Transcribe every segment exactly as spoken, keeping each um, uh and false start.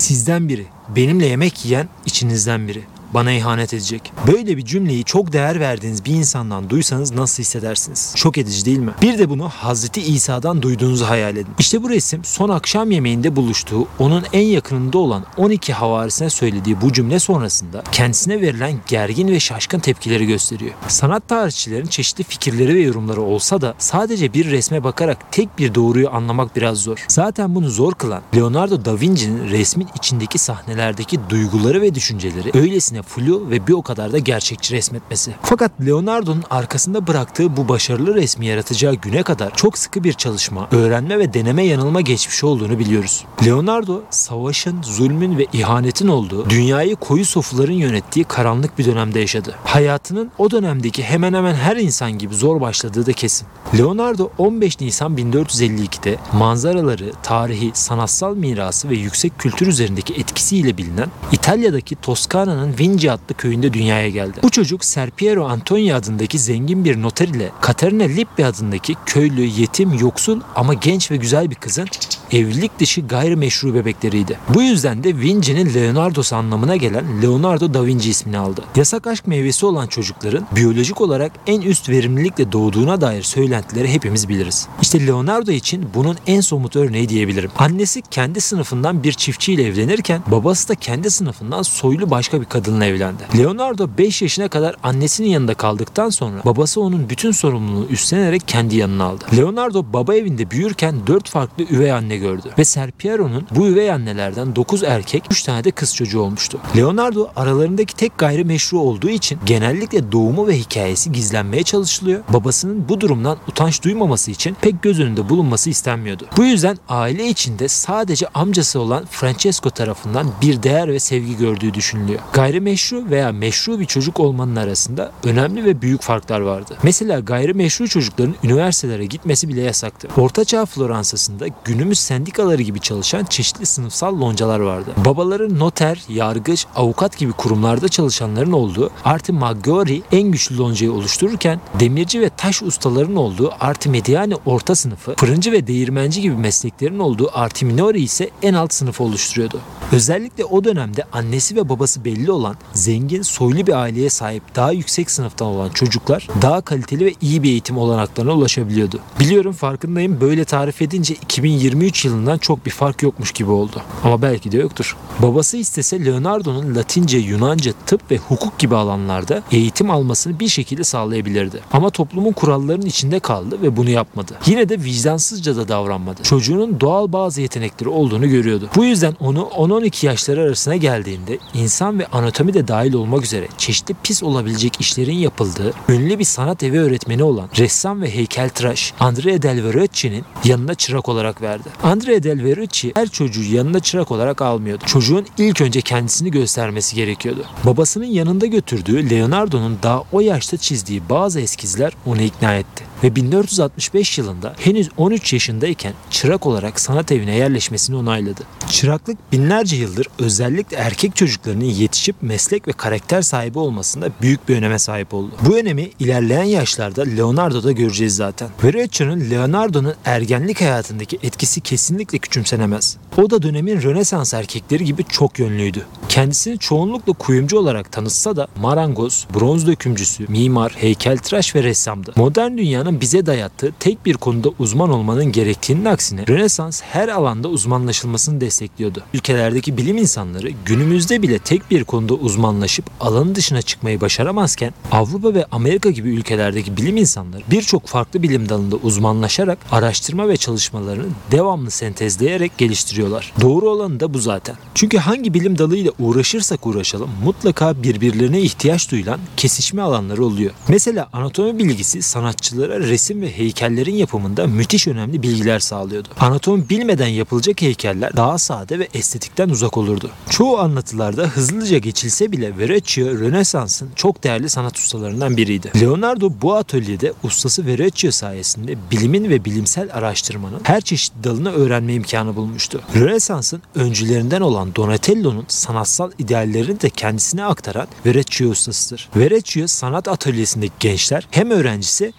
Sizden biri, benimle yemek yiyen içinizden biri bana ihanet edecek. Böyle bir cümleyi çok değer verdiğiniz bir insandan duysanız nasıl hissedersiniz? Şok edici değil mi? Bir de bunu Hazreti İsa'dan duyduğunuzu hayal edin. İşte bu resim son akşam yemeğinde buluştuğu, onun en yakınında olan on iki havarisine söylediği bu cümle sonrasında kendisine verilen gergin ve şaşkın tepkileri gösteriyor. Sanat tarihçilerin çeşitli fikirleri ve yorumları olsa da sadece bir resme bakarak tek bir doğruyu anlamak biraz zor. Zaten bunu zor kılan Leonardo da Vinci'nin resmin içindeki sahnelerdeki duyguları ve düşünceleri öylesine flu ve bir o kadar da gerçekçi resmetmesi. Fakat Leonardo'nun arkasında bıraktığı bu başarılı resmi yaratacağı güne kadar çok sıkı bir çalışma, öğrenme ve deneme yanılma geçmişi olduğunu biliyoruz. Leonardo, savaşın, zulmün ve ihanetin olduğu, dünyayı koyu sofuların yönettiği karanlık bir dönemde yaşadı. Hayatının o dönemdeki hemen hemen her insan gibi zor başladığı da kesin. Leonardo on beş Nisan bin dört yüz elli ikide manzaraları, tarihi, sanatsal mirası ve yüksek kültür üzerindeki etkisiyle bilinen İtalya'daki Toskana'nın Vinci adlı köyünde dünyaya geldi. Bu çocuk Ser Piero Antonio adındaki zengin bir noter ile Caterina Lippi adındaki köylü, yetim, yoksul ama genç ve güzel bir kızın evlilik dışı gayrimeşru bebekleriydi. Bu yüzden de Vinci'nin Leonardo'su anlamına gelen Leonardo da Vinci ismini aldı. Yasak aşk meyvesi olan çocukların biyolojik olarak en üst verimlilikle doğduğuna dair söylentileri hepimiz biliriz. İşte Leonardo için bunun en somut örneği diyebilirim. Annesi kendi sınıfından bir çiftçiyle evlenirken babası da kendi sınıfından soylu başka bir kadınla evlendi. Leonardo beş yaşına kadar annesinin yanında kaldıktan sonra babası onun bütün sorumluluğunu üstlenerek kendi yanına aldı. Leonardo baba evinde büyürken dört farklı üvey anne gördü ve Ser Piero'nun bu üvey annelerden dokuz erkek, üç tane de kız çocuğu olmuştu. Leonardo aralarındaki tek gayrimeşru olduğu için genellikle doğumu ve hikayesi gizlenmeye çalışılıyor. Babasının bu durumdan utanç duymaması için pek göz önünde bulunması istenmiyordu. Bu yüzden aile içinde sadece amcası olan Francesco tarafından bir değer ve sevgi gördüğü düşünülüyor. Gayrimeşru veya meşru bir çocuk olmanın arasında önemli ve büyük farklar vardı. Mesela gayrimeşru çocukların üniversitelere gitmesi bile yasaktı. Ortaçağ Floransa'sında günümüz sendikaları gibi çalışan çeşitli sınıfsal loncalar vardı. Babaları noter, yargıç, avukat gibi kurumlarda çalışanların olduğu Arte Maggiore en güçlü loncayı oluştururken demirci ve taş ustaların olduğu Arte Mediane orta sınıfı, fırıncı ve değirmenci gibi mesleklerin olduğu Arte Minore ise en alt sınıfı oluşturuyordu. Özellikle o dönemde annesi ve babası belli olan zengin, soylu bir aileye sahip daha yüksek sınıftan olan çocuklar daha kaliteli ve iyi bir eğitim olanaklarına ulaşabiliyordu. Biliyorum, farkındayım, böyle tarif edince iki bin yirmi üç yılından çok bir fark yokmuş gibi oldu. Ama belki de yoktur. Babası istese Leonardo'nun Latince, Yunanca, tıp ve hukuk gibi alanlarda eğitim almasını bir şekilde sağlayabilirdi. Ama toplumun kurallarının içinde kaldı ve bunu yapmadı. Yine de vicdansızca da davranmadı. Çocuğunun doğal bazı yetenekleri olduğunu görüyordu. Bu yüzden onu on on iki yaşları arasına geldiğinde insan ve anatomi de dahil olmak üzere çeşitli pis olabilecek işlerin yapıldığı ünlü bir sanat evi öğretmeni olan ressam ve heykeltıraş Andrea del Verrocchi'nin yanına çırak olarak verdi. Andrea del Verrocchi her çocuğu yanına çırak olarak almıyordu. Çocuğun ilk önce kendisini göstermesi gerekiyordu. Babasının yanında götürdüğü Leonardo'nun daha o yaşta çizdiği bazı eskizler onu ikna etti. Ve bin dört yüz altmış beş yılında henüz on üç yaşındayken çırak olarak sanat evine yerleşmesini onayladı. Çıraklık binlerce yıldır özellikle erkek çocuklarının yetişip meslek ve karakter sahibi olmasında büyük bir öneme sahip oldu. Bu önemi ilerleyen yaşlarda Leonardo'da göreceğiz zaten. Verrocchio'nun Leonardo'nun ergenlik hayatındaki etkisi kesinlikle küçümsenemez. O da dönemin Rönesans erkekleri gibi çok yönlüydü. Kendisini çoğunlukla kuyumcu olarak tanıtsa da marangoz, bronz dökümcüsü, mimar, heykeltıraş ve ressamdı. Modern dünyanın bize dayattığı tek bir konuda uzman olmanın gerektiğinin aksine Rönesans her alanda uzmanlaşılmasını destekliyordu. Ülkelerdeki bilim insanları günümüzde bile tek bir konuda uzmanlaşıp alanın dışına çıkmayı başaramazken Avrupa ve Amerika gibi ülkelerdeki bilim insanları birçok farklı bilim dalında uzmanlaşarak araştırma ve çalışmalarını devamlı sentezleyerek geliştiriyorlar. Doğru olanı da bu zaten. Çünkü hangi bilim dalıyla uğraşırsak uğraşalım mutlaka birbirlerine ihtiyaç duyulan kesişme alanları oluyor. Mesela anatomi bilgisi sanatçılara resim ve heykellerin yapımında müthiş önemli bilgiler sağlıyordu. Anatomi bilmeden yapılacak heykeller daha sade ve estetikten uzak olurdu. Çoğu anlatılarda hızlıca geçilse bile Verrocchio Rönesans'ın çok değerli sanat ustalarından biriydi. Leonardo bu atölyede ustası Verrocchio sayesinde bilimin ve bilimsel araştırmanın her çeşit dalını öğrenme imkanı bulmuştu. Rönesans'ın öncülerinden olan Donatello'nun sanatsal ideallerini de kendisine aktaran Verrocchio ustasıdır. Verrocchio sanat atölyesindeki gençler hem öğrencisi hem de iş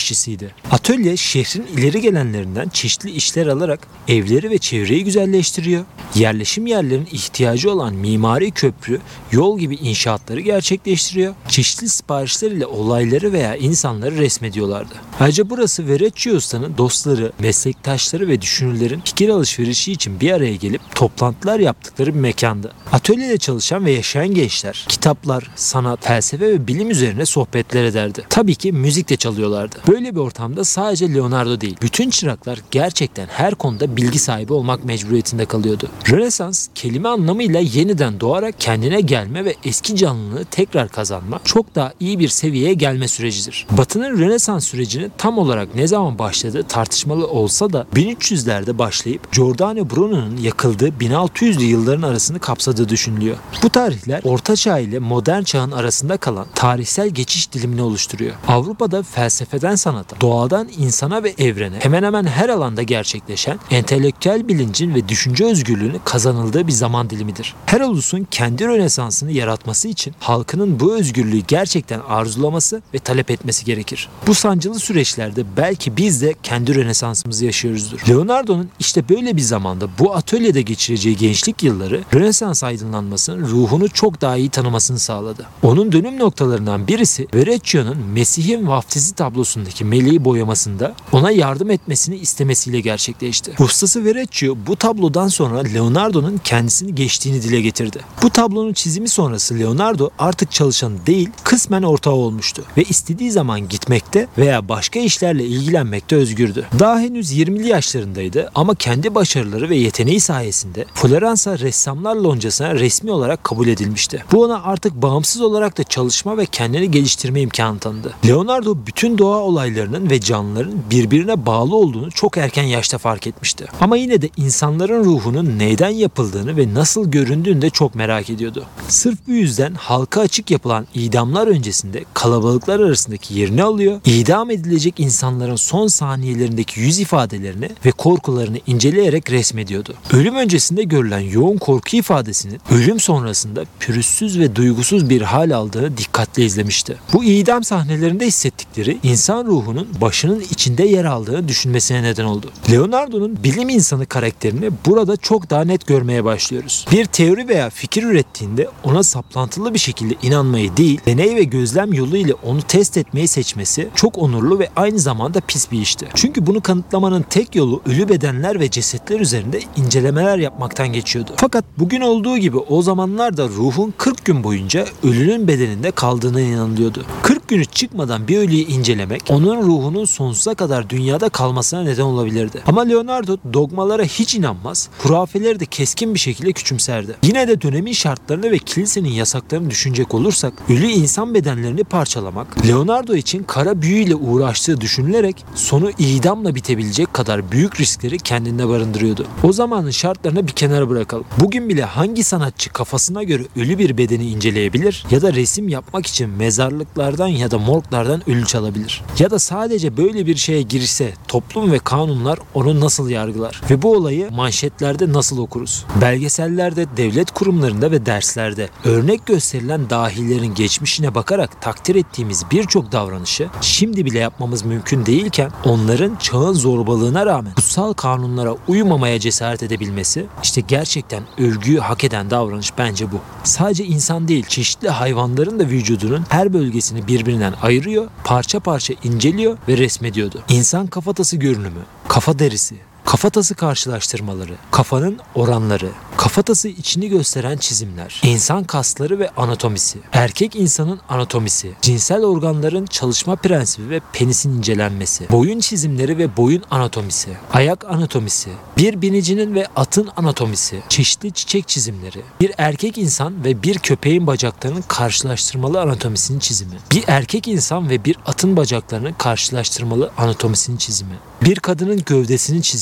işçisiydi. Atölye şehrin ileri gelenlerinden çeşitli işler alarak evleri ve çevreyi güzelleştiriyor. Yerleşim yerlerinin ihtiyacı olan mimari köprü, yol gibi inşaatları gerçekleştiriyor. Çeşitli siparişler ile olayları veya insanları resmediyorlardı. Ayrıca burası Verrocchio Usta'nın dostları, meslektaşları ve düşünürlerin fikir alışverişi için bir araya gelip toplantılar yaptıkları bir mekandı. Atölyede çalışan ve yaşayan gençler kitaplar, sanat, felsefe ve bilim üzerine sohbetler ederdi. Tabii ki müzik de çalıyorlardı. Böyle bir ortamda sadece Leonardo değil, bütün çıraklar gerçekten her konuda bilgi sahibi olmak mecburiyetinde kalıyordu. Rönesans kelime anlamıyla yeniden doğarak kendine gelme ve eski canlılığı tekrar kazanma, çok daha iyi bir seviyeye gelme sürecidir. Batı'nın Rönesans sürecinin tam olarak ne zaman başladığı tartışmalı olsa da bin üç yüzlerde başlayıp Giordano Bruno'nun yakıldığı bin altı yüzlü yılların arasını kapsadığı düşünülüyor. Bu tarihler Orta Çağ ile Modern Çağ'ın arasında kalan tarihsel geçiş dilimini oluşturuyor. Avrupa'da felsefeden sanata, doğadan insana ve evrene hemen hemen her alanda gerçekleşen entelektüel bilincin ve düşünce özgürlüğünü kazanıldığı bir zaman dilimidir. Her ulusun kendi Rönesans'ını yaratması için halkının bu özgürlüğü gerçekten arzulaması ve talep etmesi gerekir. Bu sancılı süreçlerde belki biz de kendi Rönesansımızı yaşıyoruzdur. Leonardo'nun işte böyle bir zamanda bu atölyede geçireceği gençlik yılları Rönesans aydınlanmasının ruhunu çok daha iyi tanımasını sağladı. Onun dönüm noktalarından birisi Verrocchio'nun Mesih'in vaftizi tablosundaki meleği boyamasında ona yardım etmesini istemesiyle gerçekleşti. Ustası Verrocchio bu tablodan sonra Leonardo'nun kendisini geçtiğini dile getirdi. Bu tablonun çizimi sonrası Leonardo artık çalışan değil, kısmen ortağı olmuştu ve istediği zaman gitmekte veya başka işlerle ilgilenmekte özgürdü. Daha henüz yirmili yaşlarındaydı ama kendi başarıları ve yeteneği sayesinde Floransa Ressamlar Loncası'na resmi olarak kabul edilmişti. Bu ona artık bağımsız olarak da çalışma ve kendini geliştirme imkanı tanıdı. Leonardo bütün doğa olaylarının ve canlıların birbirine bağlı olduğunu çok erken yaşta fark etmişti. Ama yine de insanların ruhunun neyden yapıldığını ve nasıl göründüğünü de çok merak ediyordu. Sırf bu yüzden halka açık yapılan idamlar öncesinde kalabalıklar arasındaki yerini alıyor, idam edilecek insanların son saniyelerindeki yüz ifadelerini ve korkularını inceleyerek resmediyordu. Ölüm öncesinde görülen yoğun korku ifadesinin ölüm sonrasında pürüzsüz ve duygusuz bir hal aldığını dikkatle izlemişti. Bu idam sahnelerinde hissettikleri insan ruhunun başının içinde yer aldığını düşünmesine neden oldu. Leonardo'nun bilim insanı karakterini burada çok daha net görmeye başlıyoruz. Bir teori veya fikir ürettiğinde ona saplantılı bir şekilde inanmayı değil, deney ve gözlem yoluyla onu test etmeyi seçmesi çok onurlu ve aynı zamanda pis bir işti. Çünkü bunu kanıtlamanın tek yolu ölü bedenler ve cesetler üzerinde incelemeler yapmaktan geçiyordu. Fakat bugün olduğu gibi o zamanlarda ruhun kırk gün boyunca ölünün bedeninde kaldığına inanılıyordu. kırk günü çıkmadan bir ölüyü incelemek onun ruhunun sonsuza kadar dünyada kalmasına neden olabilirdi. Ama Leonardo dogmalara hiç inanmaz, hurafeleri de keskin bir şekilde küçümserdi. Yine de dönemin şartlarını ve kilisenin yasaklarını düşünecek olursak ölü insan bedenlerini parçalamak Leonardo için kara büyüyle uğraştığı düşünülerek sonu idamla bitebilecek kadar büyük riskleri kendinde barındırıyordu. O zamanın şartlarını bir kenara bırakalım. Bugün bile hangi sanatçı kafasına göre ölü bir bedeni inceleyebilir ya da resim yapmak için mezarlıklardan ya da morglardan ölü çalabilir? Ya da sadece böyle bir şeye girişse toplum ve kanunlar onu nasıl yargılar? Ve bu olayı manşetlerde nasıl okuruz? Belgesellerde, devlet kurumlarında ve derslerde örnek gösterilen dahilerin geçmişine bakarak takdir ettiğimiz birçok davranışı şimdi bile yapmamız mümkün değilken onların çağın zorbalığına rağmen kutsal kanunlara uymamaya cesaret edebilmesi işte gerçekten övgüyü hak eden davranış bence bu. Sadece insan değil, çeşitli hayvanların da vücudunun her bölgesini birbirinden ayırıyor, parça parça inceliyor ve resmediyordu. İnsan kafatası görünümü, kafa derisi, kafatası karşılaştırmaları, kafanın oranları, kafatası içini gösteren çizimler, insan kasları ve anatomisi, erkek insanın anatomisi, cinsel organların çalışma prensibi ve penisin incelenmesi, boyun çizimleri ve boyun anatomisi, ayak anatomisi, bir binicinin ve atın anatomisi, çeşitli çiçek çizimleri, bir erkek insan ve bir köpeğin bacaklarının karşılaştırmalı anatomisinin çizimi, bir erkek insan ve bir atın bacaklarının karşılaştırmalı anatomisinin çizimi, bir kadının gövdesinin çizimi,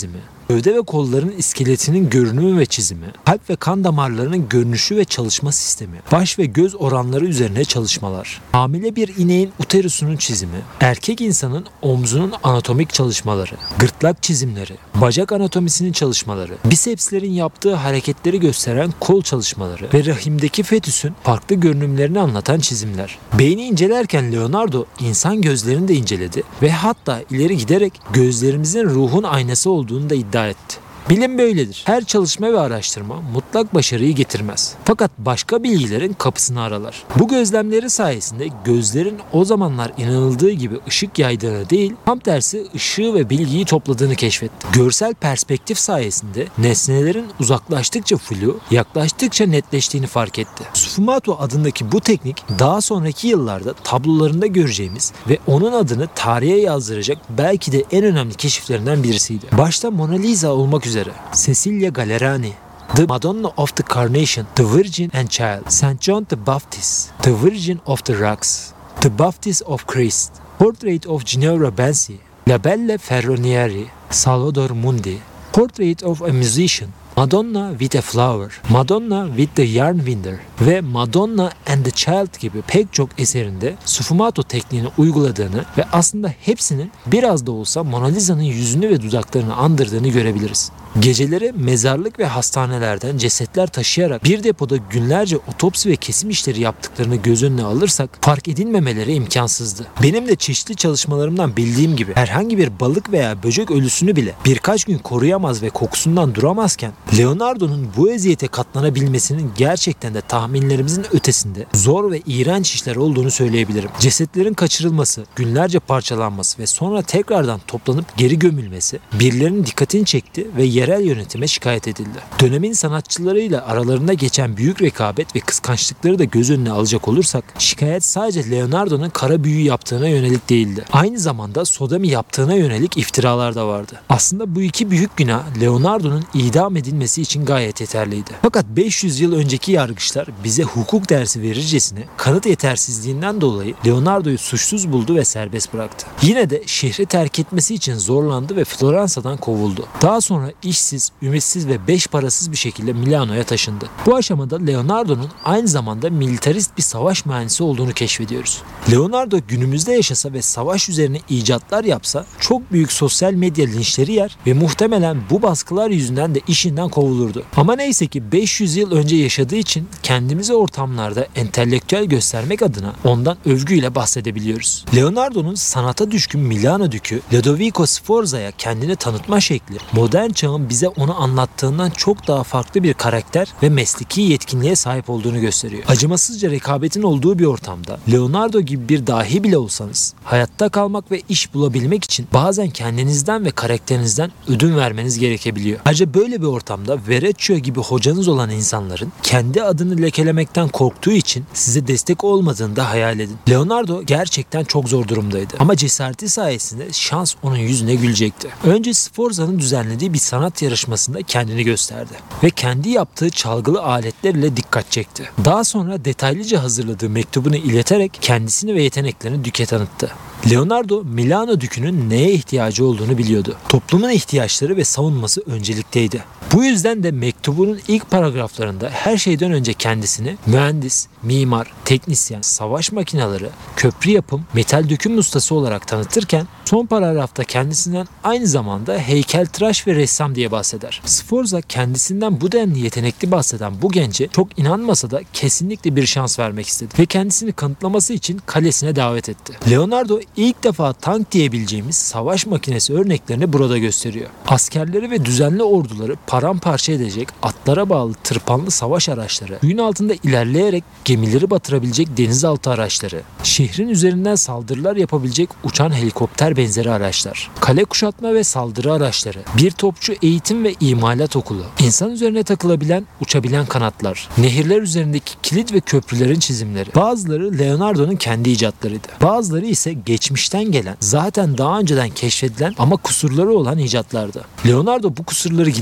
Gövde ve kolların iskeletinin görünümü ve çizimi, kalp ve kan damarlarının görünüşü ve çalışma sistemi, baş ve göz oranları üzerine çalışmalar, hamile bir ineğin uterusunun çizimi, erkek insanın omzunun anatomik çalışmaları, gırtlak çizimleri, bacak anatomisinin çalışmaları, bisepslerin yaptığı hareketleri gösteren kol çalışmaları ve rahimdeki fetüsün farklı görünümlerini anlatan çizimler. Beyni incelerken Leonardo insan gözlerini de inceledi ve hatta ileri giderek gözlerimizin ruhun aynası olduğunu da iddia etti. Bilim böyledir. Her çalışma ve araştırma mutlak başarıyı getirmez. Fakat başka bilgilerin kapısını aralar. Bu gözlemleri sayesinde gözlerin o zamanlar inanıldığı gibi ışık yaydığını değil, tam tersi ışığı ve bilgiyi topladığını keşfetti. Görsel perspektif sayesinde nesnelerin uzaklaştıkça flu, yaklaştıkça netleştiğini fark etti. Sfumato adındaki bu teknik daha sonraki yıllarda tablolarında göreceğimiz ve onun adını tarihe yazdıracak belki de en önemli keşiflerinden birisiydi. Başta Mona Lisa olmak üzere Cecilia Gallerani, The Madonna of the Carnation, The Virgin and Child, Saint John the Baptist, The Virgin of the Rocks, The Baptist of Christ, Portrait of Ginevra Bansi, La Belle Ferronieri, Salvador Mundi, Portrait of a Musician, Madonna with a Flower, Madonna with the Yarn Winder ve Madonna and the Child gibi pek çok eserinde sfumato tekniğini uyguladığını ve aslında hepsinin biraz da olsa Mona Lisa'nın yüzünü ve dudaklarını andırdığını görebiliriz. Geceleri mezarlık ve hastanelerden cesetler taşıyarak bir depoda günlerce otopsi ve kesim işleri yaptıklarını göz önüne alırsak fark edilmemeleri imkansızdı. Benim de çeşitli çalışmalarımdan bildiğim gibi herhangi bir balık veya böcek ölüsünü bile birkaç gün koruyamaz ve kokusundan duramazken Leonardo'nun bu eziyete katlanabilmesinin gerçekten de tahminlerimizin ötesinde zor ve iğrenç işler olduğunu söyleyebilirim. Cesetlerin kaçırılması, günlerce parçalanması ve sonra tekrardan toplanıp geri gömülmesi birilerinin dikkatini çekti ve yerel yönetime şikayet edildi. Dönemin sanatçılarıyla aralarında geçen büyük rekabet ve kıskançlıkları da göz önüne alacak olursak şikayet sadece Leonardo'nun kara büyü yaptığına yönelik değildi. Aynı zamanda sodomi yaptığına yönelik iftiralar da vardı. Aslında bu iki büyük günah Leonardo'nun idam edilmesi için gayet yeterliydi. Fakat beş yüz yıl önceki yargıçlar bize hukuk dersi verircesine kanıt yetersizliğinden dolayı Leonardo'yu suçsuz buldu ve serbest bıraktı. Yine de şehri terk etmesi için zorlandı ve Floransa'dan kovuldu. Daha sonra işsiz, ümitsiz ve beş parasız bir şekilde Milano'ya taşındı. Bu aşamada Leonardo'nun aynı zamanda militarist bir savaş mühendisi olduğunu keşfediyoruz. Leonardo günümüzde yaşasa ve savaş üzerine icatlar yapsa çok büyük sosyal medya linçleri yer ve muhtemelen bu baskılar yüzünden de işinden kovulurdu. Ama neyse ki beş yüz yıl önce yaşadığı için kendimizi ortamlarda entelektüel göstermek adına ondan övgüyle bahsedebiliyoruz. Leonardo'nun sanata düşkün Milano dükü Lodovico Sforza'ya kendini tanıtma şekli modern çağın bize onu anlattığından çok daha farklı bir karakter ve mesleki yetkinliğe sahip olduğunu gösteriyor. Acımasızca rekabetin olduğu bir ortamda Leonardo gibi bir dahi bile olsanız hayatta kalmak ve iş bulabilmek için bazen kendinizden ve karakterinizden ödün vermeniz gerekebiliyor. Ayrıca böyle bir ortamda Verrocchio gibi hocanız olan insanların kendi adını lekelemekten korktuğu için size destek olmadığını da hayal edin. Leonardo gerçekten çok zor durumdaydı. Ama cesareti sayesinde şans onun yüzüne gülecekti. Önce Sforza'nın düzenlediği bir sanat yarışmasında kendini gösterdi ve kendi yaptığı çalgılı aletler ile dikkat çekti. Daha sonra detaylıca hazırladığı mektubunu ileterek kendisini ve yeteneklerini düke tanıttı. Leonardo, Milano dükünün neye ihtiyacı olduğunu biliyordu. Toplumun ihtiyaçları ve savunması öncelikteydi. Bu yüzden de mektubunun ilk paragraflarında her şeyden önce kendisini mühendis, mimar, teknisyen, savaş makineleri, köprü yapım, metal döküm ustası olarak tanıtırken son paragrafta kendisinden aynı zamanda heykeltıraş ve ressam diye bahseder. Sforza kendisinden bu denli yetenekli bahseden bu gence çok inanmasa da kesinlikle bir şans vermek istedi ve kendisini kanıtlaması için kalesine davet etti. Leonardo ilk defa tank diyebileceğimiz savaş makinesi örneklerini burada gösteriyor. Askerleri ve düzenli orduları paramparça edecek atlara bağlı tırpanlı savaş araçları, suyun altında ilerleyerek gemileri batırabilecek denizaltı araçları, şehrin üzerinden saldırılar yapabilecek uçan helikopter benzeri araçlar, kale kuşatma ve saldırı araçları, bir topçu eğitim ve imalat okulu, insan üzerine takılabilen uçabilen kanatlar, nehirler üzerindeki kilit ve köprülerin çizimleri. Bazıları Leonardo'nun kendi icatlarıydı. Bazıları ise geçmişten gelen, zaten daha önceden keşfedilen ama kusurları olan icatlardı. Leonardo bu kusurları gidermiş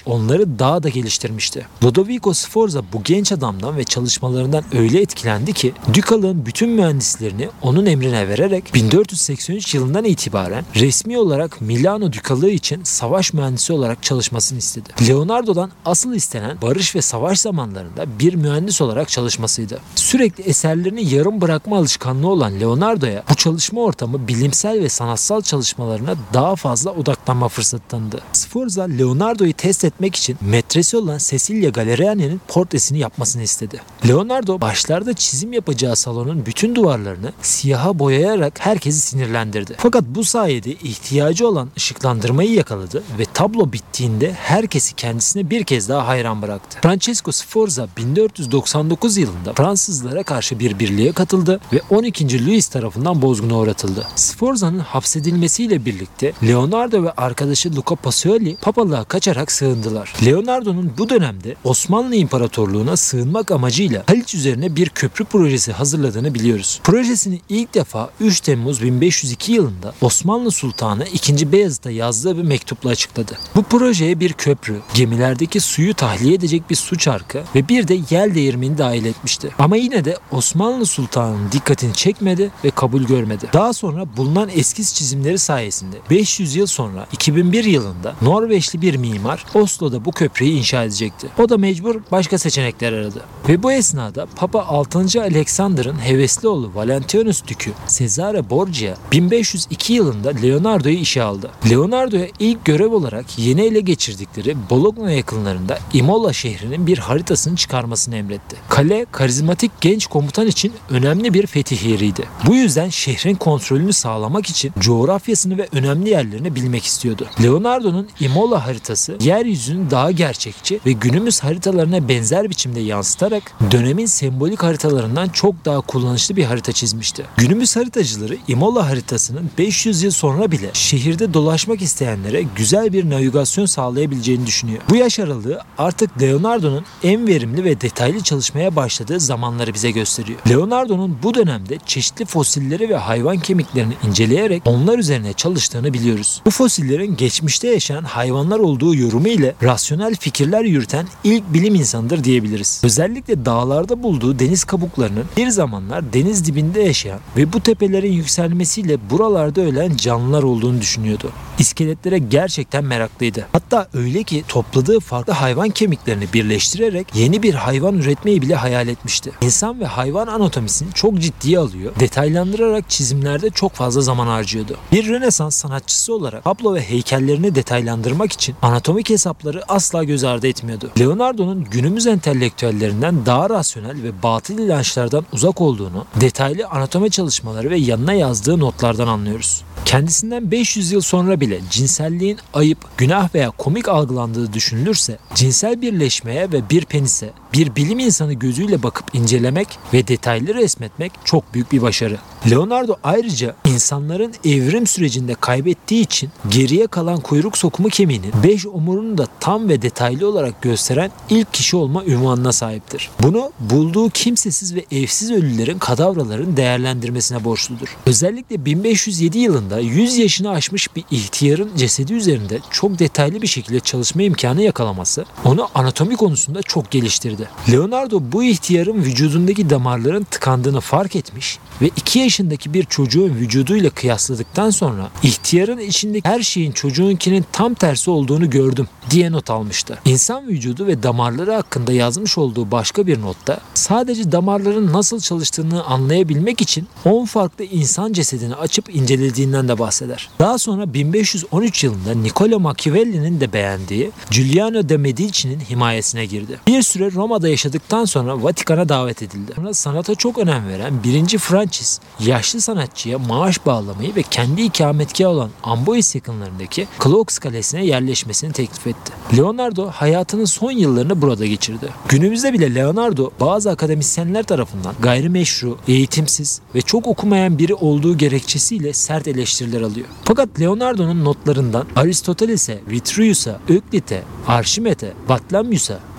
etmiş, onları daha da geliştirmişti. Lodovico Sforza bu genç adamdan ve çalışmalarından öyle etkilendi ki Ducal'ın bütün mühendislerini onun emrine vererek bin dört yüz seksen üç yılından itibaren resmi olarak Milano Ducalığı için savaş mühendisi olarak çalışmasını istedi. Leonardo'dan asıl istenen barış ve savaş zamanlarında bir mühendis olarak çalışmasıydı. Sürekli eserlerini yarım bırakma alışkanlığı olan Leonardo'ya bu çalışma ortamı bilimsel ve sanatsal çalışmalarına daha fazla odaklanma fırsatı tanıdı. Sforza Leonardo'yu test etmek için metresi olan Cecilia Galeriani'nin portresini yapmasını istedi. Leonardo başlarda çizim yapacağı salonun bütün duvarlarını siyaha boyayarak herkesi sinirlendirdi. Fakat bu sayede ihtiyacı olan ışıklandırmayı yakaladı ve tablo bittiğinde herkesi kendisine bir kez daha hayran bıraktı. Francesco Sforza bin dört yüz doksan dokuz yılında Fransızlara karşı bir birliğe katıldı ve on ikinci Louis tarafından bozguna uğratıldı. Sforza'nın hapsedilmesiyle birlikte Leonardo ve arkadaşı Luca Pacioli papalığa kaçarak sığındılar. Leonardo'nun bu dönemde Osmanlı İmparatorluğu'na sığınmak amacıyla Haliç üzerine bir köprü projesi hazırladığını biliyoruz. Projesini ilk defa üç Temmuz bin beş yüz iki yılında Osmanlı Sultanı ikinci. Beyazıt'a yazdığı bir mektupla açıkladı. Bu projeye bir köprü, gemilerdeki suyu tahliye edecek bir su çarkı ve bir de yel değirmeni dahil etmişti. Ama yine de Osmanlı Sultanı'nın dikkatini çekmedi ve kabul görmedi. Daha sonra bulunan eskiz çizimleri sayesinde beş yüz yıl sonra iki bin bir yılında Norveçli bir mimar Oslo'da bu köprüyü inşa edecekti. O da mecbur başka seçenekler aradı. Ve bu esnada Papa altıncı. Alexander'ın hevesli oğlu Valentinianus Dükü Cesare Borgia bin beş yüz iki yılında Leonardo'yu işe aldı. Leonardo'ya ilk görev olarak yeni ele geçirdikleri Bologna yakınlarında Imola şehrinin bir haritasını çıkarmasını emretti. Kale, karizmatik genç komutan için önemli bir fetih yeriydi. Bu yüzden şehrin kontrolünü sağlamak için coğrafyasını ve önemli yerlerini bilmek istiyordu. Leonardo'nun Imola haritası yeryüzünü daha gerçekçi ve günümüz haritalarına benzer biçimde yansıtarak dönemin sembolik haritalarından çok daha kullanışlı bir harita çizmişti. Günümüz haritacıları Imola haritasının beş yüz yıl sonra bile şehirde dolaşmak isteyenlere güzel bir navigasyon sağlayabileceğini düşünüyor. Bu yaş aralığı artık Leonardo'nun en verimli ve detaylı çalışmaya başladığı zamanları bize gösteriyor. Leonardo'nun bu dönemde çeşitli fosilleri ve hayvan kemiklerini inceleyerek onlar üzerine çalıştığını biliyoruz. Bu fosillerin geçmişte yaşayan hayvanlar olduğu yorumu ile rasyonel fikirler yürüten ilk bilim insanıdır diyebiliriz. Özellikle dağlarda bulduğu deniz kabuklarının bir zamanlar deniz dibinde yaşayan ve bu tepelerin yükselmesiyle buralarda ölen canlılar olduğunu düşünüyordu. İskeletlere gerçekten meraklıydı. Hatta öyle ki topladığı farklı hayvan kemiklerini birleştirerek yeni bir hayvan üretmeyi bile hayal etmişti. İnsan ve hayvan anatomisini çok ciddiye alıyor, detaylandırarak çizimlerde çok fazla zaman harcıyordu. Bir Rönesans sanatçısı olarak tablo ve heykellerini detaylandırmak için anatomik hesapları asla göz ardı etmiyordu. Leonardo'nun günümüz entelektüellerinden daha rasyonel ve batıl inançlardan uzak olduğunu detaylı anatomi çalışmaları ve yanına yazdığı notlardan anlıyoruz. Kendisinden beş yüz yıl sonra bile cinselliğin ayıp, günah veya komik algılandığı düşünülürse cinsel birleşmeye ve bir penise bir bilim insanı gözüyle bakıp incelemek ve detaylı resmetmek çok büyük bir başarı. Leonardo ayrıca insanların evrim sürecinde kaybettiği için geriye kalan kuyruk sokumu kemiğinin beş omurunu da tam ve detaylı olarak gösteren ilk kişi olma unvanına sahiptir. Bunu bulduğu kimsesiz ve evsiz ölülerin kadavraların değerlendirmesine borçludur. Özellikle bin beş yüz yedi yılında yüz yaşını aşmış bir ihtiyarın cesedi üzerinde çok detaylı bir şekilde çalışma imkanı yakalaması onu anatomi konusunda çok geliştirdi. Leonardo bu ihtiyarın vücudundaki damarların tıkandığını fark etmiş ve iki yaşındaki bir çocuğun vücuduyla kıyasladıktan sonra ihtiyarın içindeki her şeyin çocuğunkinin tam tersi olduğunu gördüm diye not almıştı. İnsan vücudu ve damarları hakkında yazmış olduğu başka bir notta sadece damarların nasıl çalıştığını anlayabilmek için on farklı insan cesedini açıp incelediğinden de bahseder. Daha sonra bin beş yüz on üç yılında Niccolo Machiavelli'nin de beğendiği Giuliano de Medici'nin himayesine girdi. Bir süre Roma'da yaşadıktan sonra Vatikan'a davet edildi. Sonra sanata çok önem veren birinci. Francis yaşlı sanatçıya maaş bağlamayı ve kendi ikametgahı olan Amboise yakınlarındaki Clox Kalesi'ne yerleşmesini teklif etti. Leonardo hayatının son yıllarını burada geçirdi. Günümüzde bile Leonardo bazı akademisyenler tarafından gayrimeşru, eğitimsiz ve çok okumayan biri olduğu gerekçesiyle sert eleştiriler alıyor. Fakat Leonardo'nun notlarından Aristoteles'e, Vitruvius'a, Öklit'e, Arşimet'e, Batlamyus'a,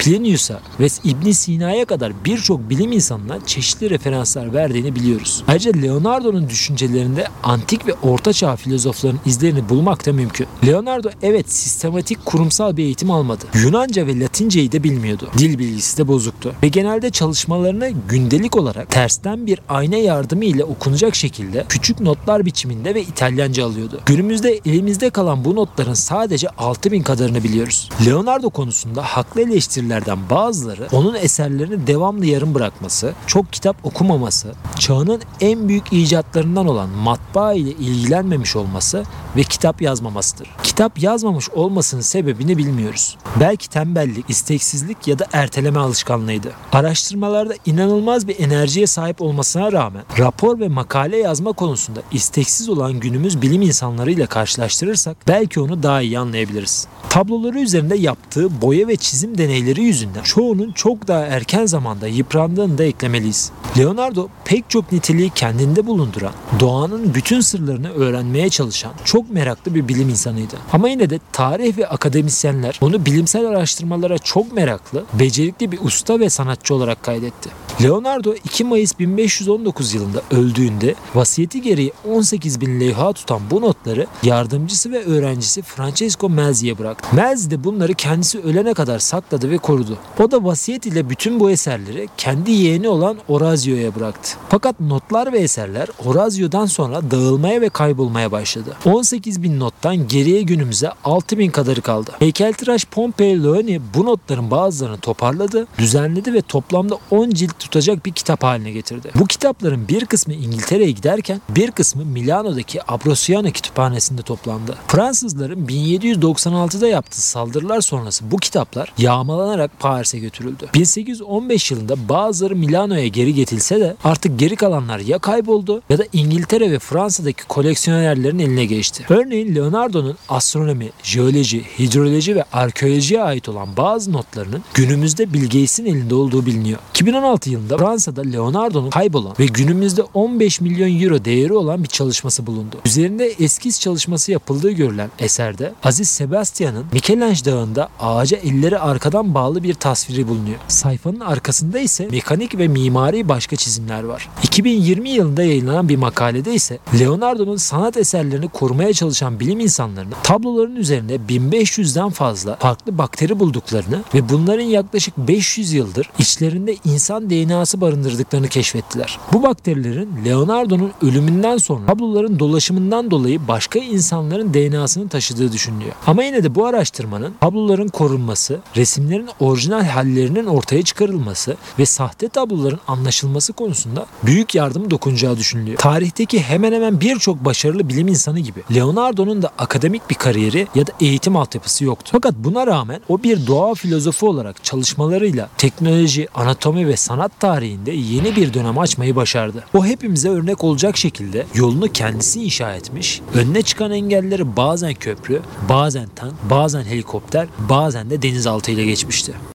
Plinius'a ve İbn Sina'ya kadar birçok bilim insanına çeşitli referanslar verdiğini biliyoruz. Ayrıca Leonardo'nun düşüncelerinde antik ve ortaçağ filozofların izlerini bulmak da mümkün. Leonardo evet sistematik kurumsal bir eğitim almadı. Yunanca ve Latinceyi de bilmiyordu. Dil bilgisi de bozuktu. Ve genelde çalışmalarını gündelik olarak tersten bir ayna yardımı ile okunacak şekilde küçük notlar biçiminde ve İtalyanca alıyordu. Günümüzde elimizde kalan bu notların sadece altı bin kadarını biliyoruz. Leonardo konusunda haklı eleştirilerden bazıları onun eserlerini devamlı yarım bırakması, çok kitap okumaması, çağının en büyük icatlarından olan matbaa ile ilgilenmemiş olması ve kitap yazmamasıdır. Kitap yazmamış olmasının sebebini bilmiyoruz. Belki tembellik, isteksizlik ya da erteleme alışkanlığıydı. Araştırmalarda inanılmaz bir enerjiye sahip olmasına rağmen rapor ve makale yazma konusunda isteksiz olan günümüz bilim insanlarıyla karşılaştırırsak belki onu daha iyi anlayabiliriz. Tabloları üzerinde yaptığı boya ve çizim deneyleri yüzünden çoğunun çok daha erken zamanda yıprandığını da eklemeliyiz. Leonardo pek çok niteliği kendinde bulunduran, doğanın bütün sırlarını öğrenmeye çalışan çok meraklı bir bilim insanıydı. Ama yine de tarih ve akademisyenler onu bilimsel araştırmalara çok meraklı, becerikli bir usta ve sanatçı olarak kaydetti. Leonardo iki Mayıs bin beş yüz on dokuz yılında öldüğünde vasiyeti gereği on sekiz bin levha tutan bu notları yardımcısı ve öğrencisi Francesco Melzi'ye bıraktı. Melzi de bunları kendisi ölene kadar sakladı ve korudu. O da vasiyet ile bütün bu eserleri kendi yeğeni olan Orazio'ya bıraktı. Fakat notlar ve eserler Orazio'dan sonra dağılmaya ve kaybolmaya başladı. on sekiz bin nottan geriye günümüze altı bin kadarı kaldı. Heykeltıraş Pompeo Leoni bu notların bazılarını toparladı, düzenledi ve toplamda on cilt tutacak bir kitap haline getirdi. Bu kitapların bir kısmı İngiltere'ye giderken bir kısmı Milano'daki Ambrosiano kütüphanesinde toplandı. Fransızların bin yedi yüz doksan altıda yaptığı saldırılar sonrası bu kitaplar yağmalanarak Paris'e götürüldü. bin sekiz yüz on beş yılında bazıları Milano'ya geri getirilse de artık geri kalanlar ya kayboldu ya da İngiltere ve Fransa'daki koleksiyonerlerin eline geçti. Örneğin Leonardo'nun astronomi, jeoloji, hidroloji ve arkeolojiye ait olan bazı notlarının günümüzde Bill Gates'in elinde olduğu biliniyor. iki bin on altı yılında Fransa'da Leonardo'nun kaybolan ve günümüzde on beş milyon euro değeri olan bir çalışması bulundu. Üzerinde eskiz çalışması yapıldığı görülen eserde Aziz Sebastian'ın Michelangelo Dağı'nda ağaca elleri arkadan bağlı bir tasviri bulunuyor. Sayfanın arkasında ise mekanik ve mimari başka çizimler var. iki bin yirmi yılında yayınlanan bir makalede ise Leonardo'nun sanat eserlerini korumaya çalışan bilim insanlarının tabloların üzerinde bin beş yüzden fazla farklı bakteri bulduklarını ve bunların yaklaşık beş yüz yıldır içlerinde insan D N A'sı barındırdıklarını keşfettiler. Bu bakterilerin Leonardo'nun ölümünden sonra tabloların dolaşımından dolayı başka insanların D N A'sını taşıdığı düşünülüyor. Ama yine de bu araştırmanın tabloların korunması, resimlerin orijinal hallerinin ortaya çıkarılması ve sahte tabloların anlaşılması konusunda büyük yardım dokunacağı düşünülüyor. Tarihteki hemen hemen birçok başarılı bilim insanı gibi Leonardo'nun da akademik bir kariyeri ya da eğitim altyapısı yoktu. Fakat buna rağmen o bir doğa filozofu olarak çalışmalarıyla teknoloji, anatomi ve sanat tarihinde yeni bir dönem açmayı başardı. O hepimize örnek olacak şekilde yolunu kendisi inşa etmiş, önüne çıkan engelleri bazen köprü, bazen tank, bazen helikopter, bazen de denizaltı ile geçmişti.